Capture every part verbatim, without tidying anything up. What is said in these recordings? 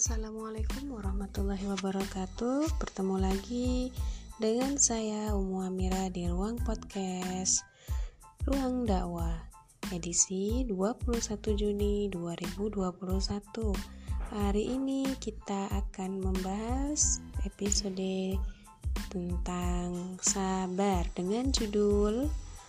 Assalamualaikum warahmatullahi wabarakatuh. Bertemu lagi dengan saya Umu Amira di Ruang Podcast Ruang Dakwah edisi dua puluh satu Juni dua ribu dua puluh satu. Hari ini kita akan membahas episode tentang sabar dengan judul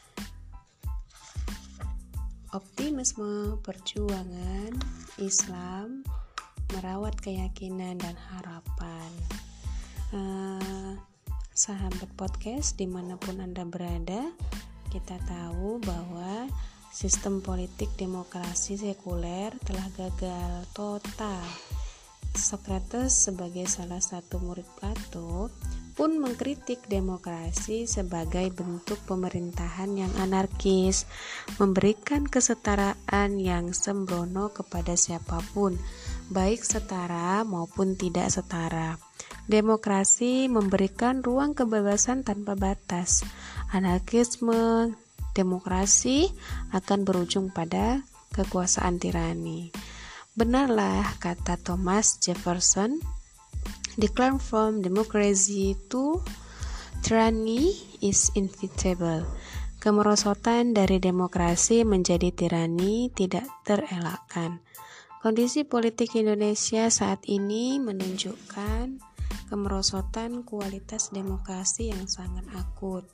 Optimisme Perjuangan Islam Merawat Keyakinan dan Harapan. uh, Sahabat podcast dimanapun Anda berada, kita tahu bahwa sistem politik demokrasi sekuler telah gagal total. Socrates sebagai salah satu murid Plato pun mengkritik demokrasi sebagai bentuk pemerintahan yang anarkis, memberikan kesetaraan yang sembrono kepada siapapun, baik setara maupun tidak setara. Demokrasi memberikan ruang kebebasan tanpa batas. Anarkisme demokrasi akan berujung pada kekuasaan tirani. Benarlah kata Thomas Jefferson, "Decline from democracy to tyranny is inevitable." Kemerosotan dari demokrasi menjadi tirani tidak terelakkan. Kondisi politik Indonesia saat ini menunjukkan kemerosotan kualitas demokrasi yang sangat akut.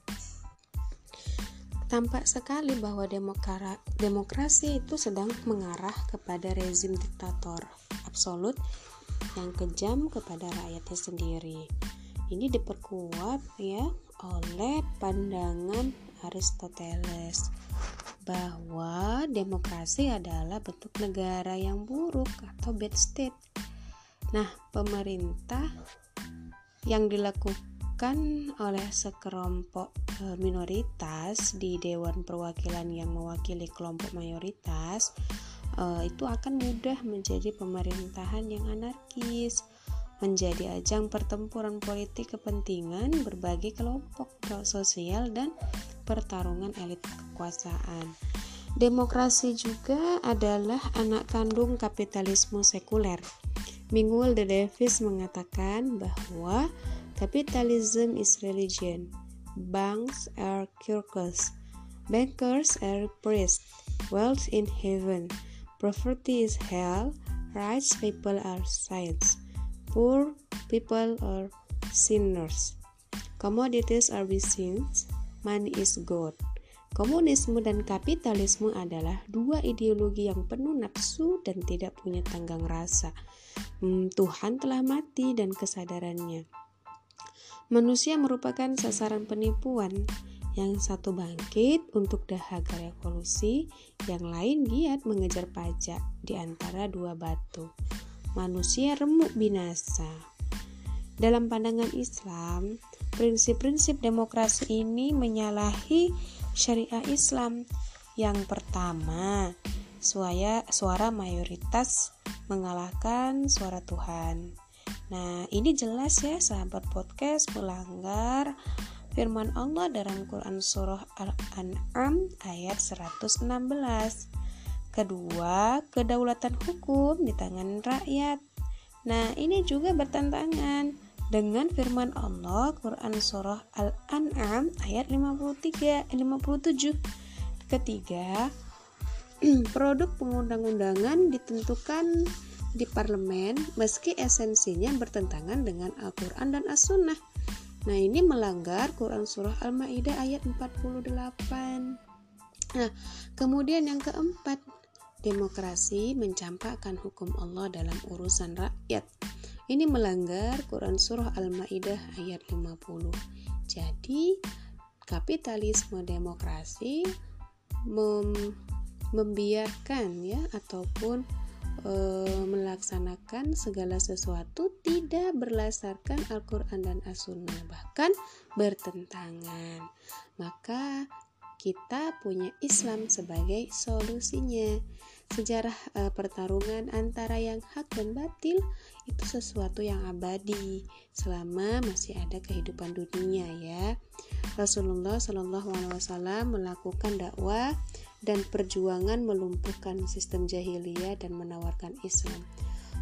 Tampak sekali bahwa demokra- demokrasi itu sedang mengarah kepada rezim diktator absolut yang kejam kepada rakyatnya sendiri. Ini diperkuat ya oleh pandangan Aristoteles bahwa demokrasi adalah bentuk negara yang buruk atau bad state. Nah, pemerintah yang dilakukan oleh sekelompok e, minoritas di Dewan Perwakilan yang mewakili kelompok mayoritas e, itu akan mudah menjadi pemerintahan yang anarkis, menjadi ajang pertempuran politik kepentingan berbagai kelompok sosial dan pertarungan elit kekuasaan. Demokrasi juga adalah anak kandung kapitalisme sekuler. Miguel de Davis mengatakan bahwa capitalism is religion, banks are churches, bankers are priests, wealth in heaven, poverty is hell, rich people are saints, poor people are sinners, commodities are blessings, money is God. Komunisme dan kapitalisme adalah dua ideologi yang penuh nafsu dan tidak punya tenggang rasa. Hmm, Tuhan telah mati dan kesadarannya. Manusia merupakan sasaran penipuan. Yang satu bangkit untuk dahaga revolusi, yang lain giat mengejar pajak di antara dua batu. Manusia remuk binasa. Dalam pandangan Islam, prinsip-prinsip demokrasi ini menyalahi syariah Islam. Yang pertama, suara, suara mayoritas mengalahkan suara Tuhan. Nah, ini jelas ya sahabat podcast melanggar firman Allah dalam Quran surah Al-An'am ayat seratus enam belas. Kedua, kedaulatan hukum di tangan rakyat. Nah, ini juga bertentangan dengan firman Allah Quran surah Al-An'am ayat lima puluh tiga lima puluh tujuh. Ketiga, produk pengundang-undangan ditentukan di parlemen meski esensinya bertentangan dengan Al-Quran dan As-Sunnah. Nah, ini melanggar Quran surah Al-Maidah ayat empat puluh delapan. Nah, kemudian yang keempat, demokrasi mencampakkan hukum Allah dalam urusan rakyat. Ini melanggar Quran surah Al-Maidah ayat lima puluh. Jadi, kapitalisme demokrasi mem- membiarkan ya ataupun e, melaksanakan segala sesuatu tidak berdasarkan Al-Quran dan As-Sunnah, bahkan bertentangan. Maka kita punya Islam sebagai solusinya. Sejarah e, pertarungan antara yang hak dan batil itu sesuatu yang abadi selama masih ada kehidupan dunia ya. Rasulullah shallallahu alaihi wasallam melakukan dakwah dan perjuangan melumpuhkan sistem jahiliyah dan menawarkan Islam.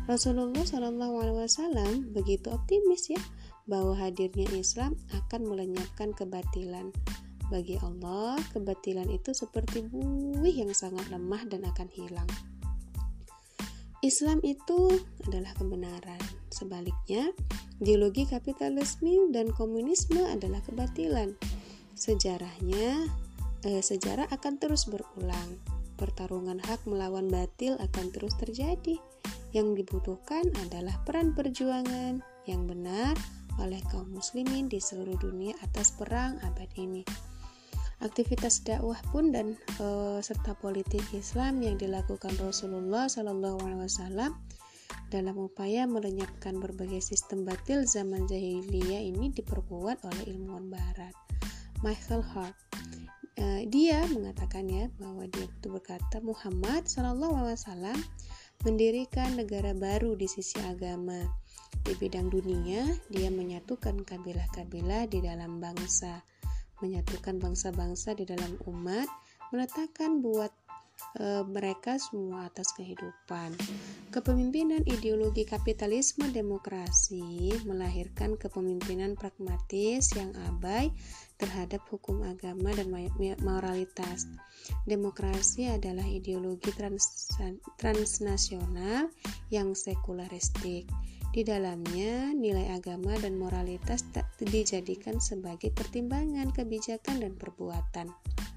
Rasulullah Shallallahu Alaihi Wasallam begitu optimis ya bahwa hadirnya Islam akan melenyapkan kebatilan. Bagi Allah, kebatilan itu seperti buih yang sangat lemah dan akan hilang. Islam itu adalah kebenaran. Sebaliknya, ideologi kapitalisme dan komunisme adalah kebatilan. Sejarahnya, eh, sejarah akan terus berulang. Pertarungan hak melawan batil akan terus terjadi. Yang dibutuhkan adalah peran perjuangan yang benar oleh kaum muslimin di seluruh dunia atas perang abad ini. Aktivitas dakwah pun dan e, serta politik Islam yang dilakukan Rasulullah Shallallahu Alaihi Wasallam dalam upaya melenyapkan berbagai sistem batil zaman jahiliyah ini diperkuat oleh ilmuwan Barat. Michael Hart, e, dia mengatakan ya bahwa dia itu berkata Muhammad Shallallahu Alaihi Wasallam mendirikan negara baru di sisi agama. Di bidang dunia, dia menyatukan kabilah-kabilah di dalam bangsa, menyatukan bangsa-bangsa di dalam umat, meletakkan buat e, mereka semua atas kehidupan. Kepemimpinan ideologi kapitalisme demokrasi melahirkan kepemimpinan pragmatis yang abai terhadap hukum agama dan moralitas. Demokrasi adalah ideologi trans, transnasional yang sekularistik. Di dalamnya, nilai agama dan moralitas tak dijadikan sebagai pertimbangan kebijakan dan perbuatan.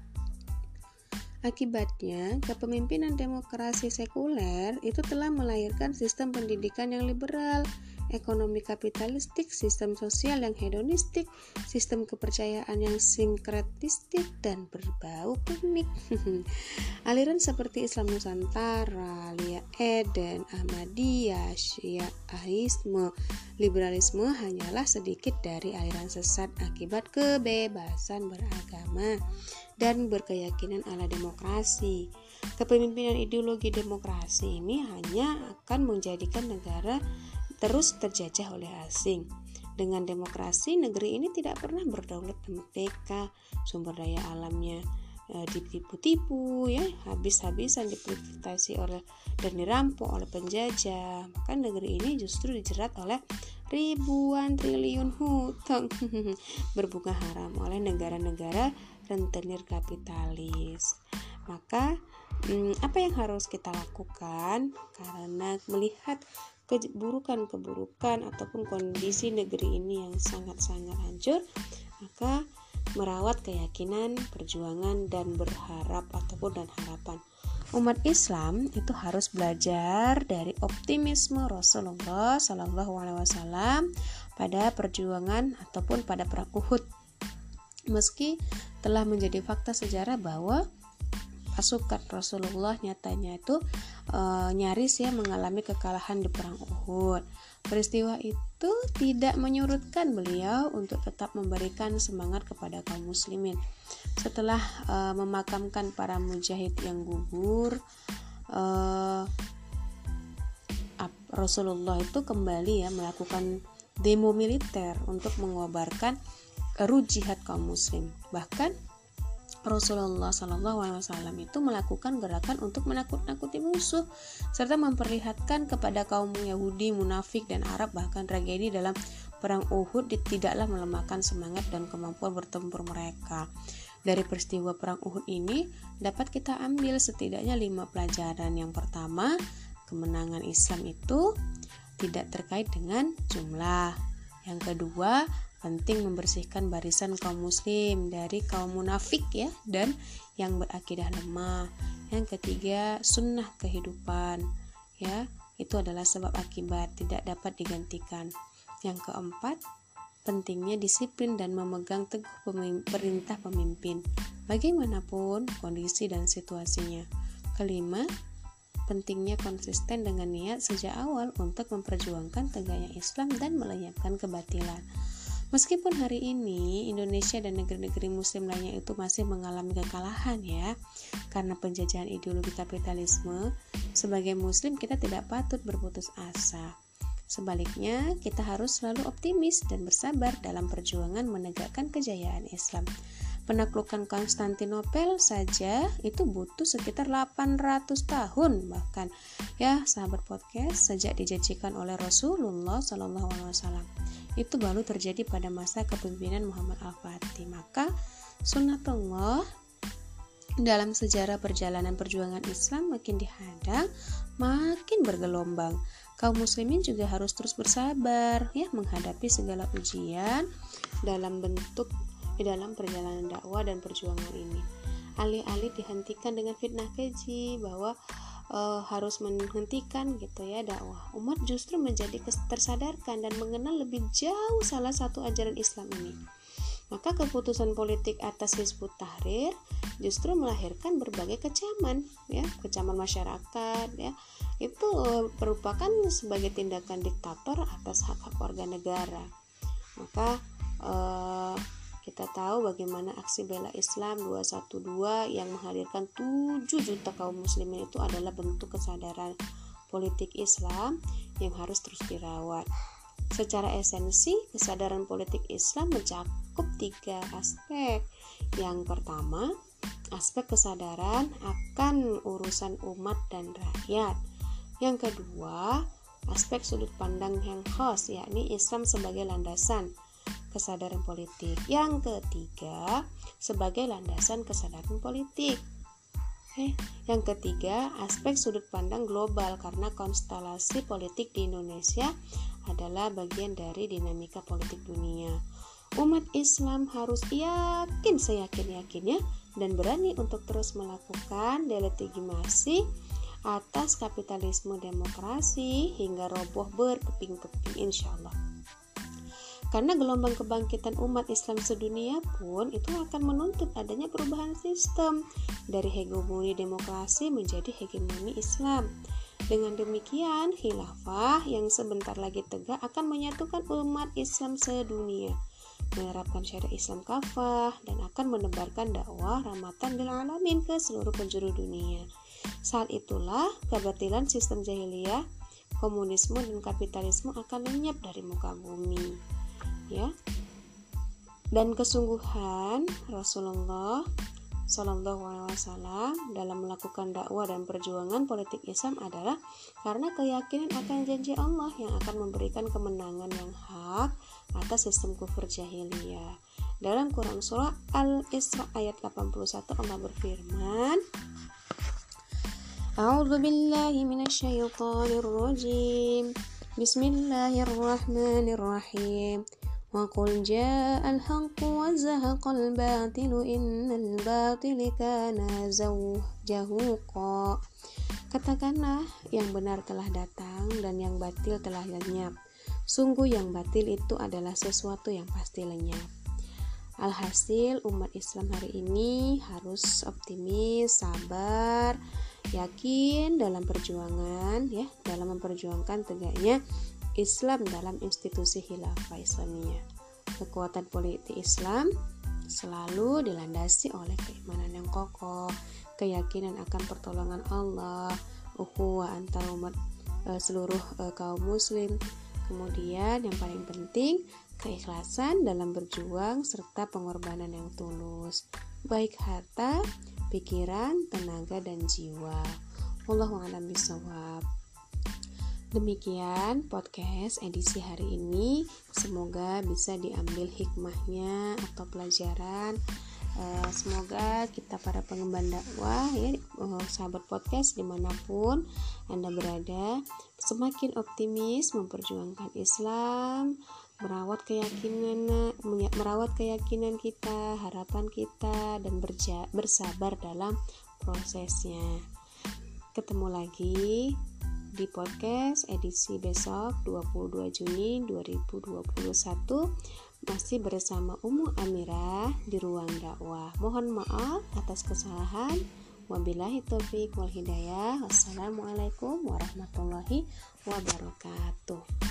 Akibatnya, kepemimpinan demokrasi sekuler itu telah melahirkan sistem pendidikan yang liberal, ekonomi kapitalistik, sistem sosial yang hedonistik, sistem kepercayaan yang sinkretistik dan berbau klinik. Aliran seperti Islam Nusantara, Lia Eden, Ahmadiyah, Syiahisme, liberalisme hanyalah sedikit dari aliran sesat akibat kebebasan beragama dan berkeyakinan ala demokrasi. Kepemimpinan ideologi demokrasi ini hanya akan menjadikan negara terus terjajah oleh asing. Dengan demokrasi, negeri ini tidak pernah berdaulat dan merdeka. Sumber daya alamnya e, ditipu-tipu, ya, habis-habisan diprivasi oleh dan dirampok oleh penjajah. Maka negeri ini justru dijerat oleh ribuan triliun hutang berbunga haram oleh negara-negara rentenir kapitalis. Maka hmm, apa yang harus kita lakukan? Karena melihat keburukan-keburukan ataupun kondisi negeri ini yang sangat-sangat hancur, maka merawat keyakinan, perjuangan, dan berharap ataupun dan harapan. Umat Islam itu harus belajar dari optimisme Rasulullah Shallallahu Alaihi Wasallam pada perjuangan ataupun pada perang Uhud. Meski telah menjadi fakta sejarah bahwa pasukan Rasulullah nyatanya itu e, nyaris ya mengalami kekalahan di perang Uhud. Peristiwa itu tidak menyurutkan beliau untuk tetap memberikan semangat kepada kaum muslimin. Setelah e, memakamkan para mujahid yang gugur, e, Rasulullah itu kembali ya melakukan demo militer untuk mengobarkan ru jihad kaum muslim. Bahkan Rasulullah Shallallahu Alaihi Wasallam itu melakukan gerakan untuk menakut-nakuti musuh serta memperlihatkan kepada kaum Yahudi, munafik dan Arab bahkan tragedi dalam perang Uhud tidaklah melemahkan semangat dan kemampuan bertempur mereka. Dari peristiwa perang Uhud ini dapat kita ambil setidaknya lima pelajaran. Yang pertama, kemenangan Islam itu tidak terkait dengan jumlah. Yang kedua, penting membersihkan barisan kaum muslim dari kaum munafik ya dan yang berakidah lemah. Yang ketiga, sunnah kehidupan ya, itu adalah sebab akibat tidak dapat digantikan. Yang keempat, pentingnya disiplin dan memegang teguh pemim- perintah pemimpin bagaimanapun kondisi dan situasinya. Kelima, pentingnya konsisten dengan niat sejak awal untuk memperjuangkan tegaknya Islam dan melenyapkan kebatilan. Meskipun hari ini Indonesia dan negeri-negeri muslim lainnya itu masih mengalami kekalahan ya karena penjajahan ideologi kapitalisme, sebagai muslim kita tidak patut berputus asa. Sebaliknya, kita harus selalu optimis dan bersabar dalam perjuangan menegakkan kejayaan Islam. Penaklukan Konstantinopel saja itu butuh sekitar delapan ratus tahun bahkan ya sahabat podcast, sejak dijanjikan oleh Rasulullah shallallahu alaihi wasallam. Itu baru terjadi pada masa kepemimpinan Muhammad Al-Fatih. Maka sunnatullah dalam sejarah perjalanan perjuangan Islam makin dihadang, makin bergelombang. Kaum muslimin juga harus terus bersabar ya menghadapi segala ujian dalam bentuk di dalam perjalanan dakwah dan perjuangan ini. Alih-alih dihentikan dengan fitnah keji bahwa e, harus menghentikan gitu ya dakwah, umat justru menjadi tersadarkan dan mengenal lebih jauh salah satu ajaran Islam ini. Maka keputusan politik atas Hizbut Tahrir justru melahirkan berbagai kecaman ya, kecaman masyarakat ya. Itu e, merupakan sebagai tindakan diktator atas hak-hak warga negara. Maka e, kita tahu bagaimana aksi bela Islam dua satu dua yang menghadirkan tujuh juta kaum muslimin itu adalah bentuk kesadaran politik Islam yang harus terus dirawat. Secara esensi, kesadaran politik Islam mencakup tiga aspek. Yang pertama, aspek kesadaran akan urusan umat dan rakyat. Yang kedua, aspek sudut pandang yang khas, yakni Islam sebagai landasan kesadaran politik. Yang ketiga, sebagai landasan kesadaran politik. Eh, yang ketiga, aspek sudut pandang global, karena konstelasi politik di Indonesia adalah bagian dari dinamika politik dunia. Umat Islam harus yakin seyakin-yakinnya dan berani untuk terus melakukan delegitimasi atas kapitalisme demokrasi hingga roboh berkeping-keping insyaallah. Karena gelombang kebangkitan umat Islam sedunia pun itu akan menuntut adanya perubahan sistem dari hegemoni demokrasi menjadi hegemoni Islam. Dengan demikian, khilafah yang sebentar lagi tegak akan menyatukan umat Islam sedunia, menerapkan syariat Islam kafah, dan akan menebarkan dakwah rahmatan lil alamin ke seluruh penjuru dunia. Saat itulah kebatilan sistem jahiliyah, komunisme dan kapitalisme akan lenyap dari muka bumi. Ya, dan kesungguhan Rasulullah Shallallahu Alaihi Wasallam dalam melakukan dakwah dan perjuangan politik Islam adalah karena keyakinan akan janji Allah yang akan memberikan kemenangan yang hak atas sistem kufur jahiliyah. Dalam Quran surah Al-Isra ayat delapan puluh satu Allah berfirman, A'udzu billahi minasyaitonir rajim. Bismillahirrahmanirrahim. Wa qul ja'al haqqu wa zahaqal batilu innal batila kana zahuqa. Katakanlah yang benar telah datang dan yang batil telah lenyap. Sungguh yang batil itu adalah sesuatu yang pasti lenyap. Alhasil umat Islam hari ini harus optimis, sabar, yakin dalam perjuangan ya, dalam memperjuangkan tegaknya Islam dalam institusi khilafah Islamiyah. Kekuatan politik Islam selalu dilandasi oleh keimanan yang kokoh, keyakinan akan pertolongan Allah, ukhuwah antar umat e, seluruh e, kaum muslim. Kemudian yang paling penting, keikhlasan dalam berjuang serta pengorbanan yang tulus, baik harta, pikiran, tenaga dan jiwa. Wallahu a'lam bishawab. Demikian podcast edisi hari ini, semoga bisa diambil hikmahnya atau pelajaran. Uh, semoga kita para pengemban dakwah ya, uh, sahabat podcast dimanapun Anda berada, semakin optimis memperjuangkan Islam, merawat keyakinan merawat keyakinan kita, harapan kita, dan berja, bersabar dalam prosesnya. Ketemu lagi di podcast edisi besok dua puluh dua Juni dua ribu dua puluh satu, masih bersama Ummu Amirah di ruang dakwah. Mohon maaf atas kesalahan. Wabillahi taufiq wal hidayah. Wassalamualaikum warahmatullahi wabarakatuh.